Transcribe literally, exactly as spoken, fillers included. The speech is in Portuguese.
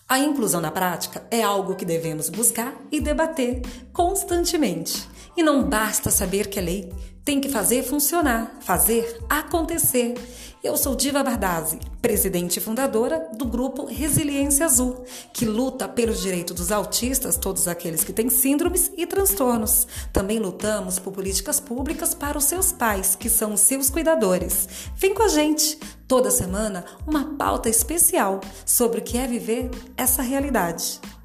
A inclusão na prática é algo que devemos buscar e debater constantemente. E não basta saber que é lei, tem que fazer funcionar, fazer acontecer. Eu sou Diva Bardazzi, presidente e fundadora do grupo Resiliência Azul, que luta pelos direitos dos autistas, todos aqueles que têm síndromes e transtornos. Também lutamos por políticas públicas para os seus pais, que são os seus cuidadores. Vem com a gente! Toda semana, uma pauta especial sobre o que é viver essa realidade.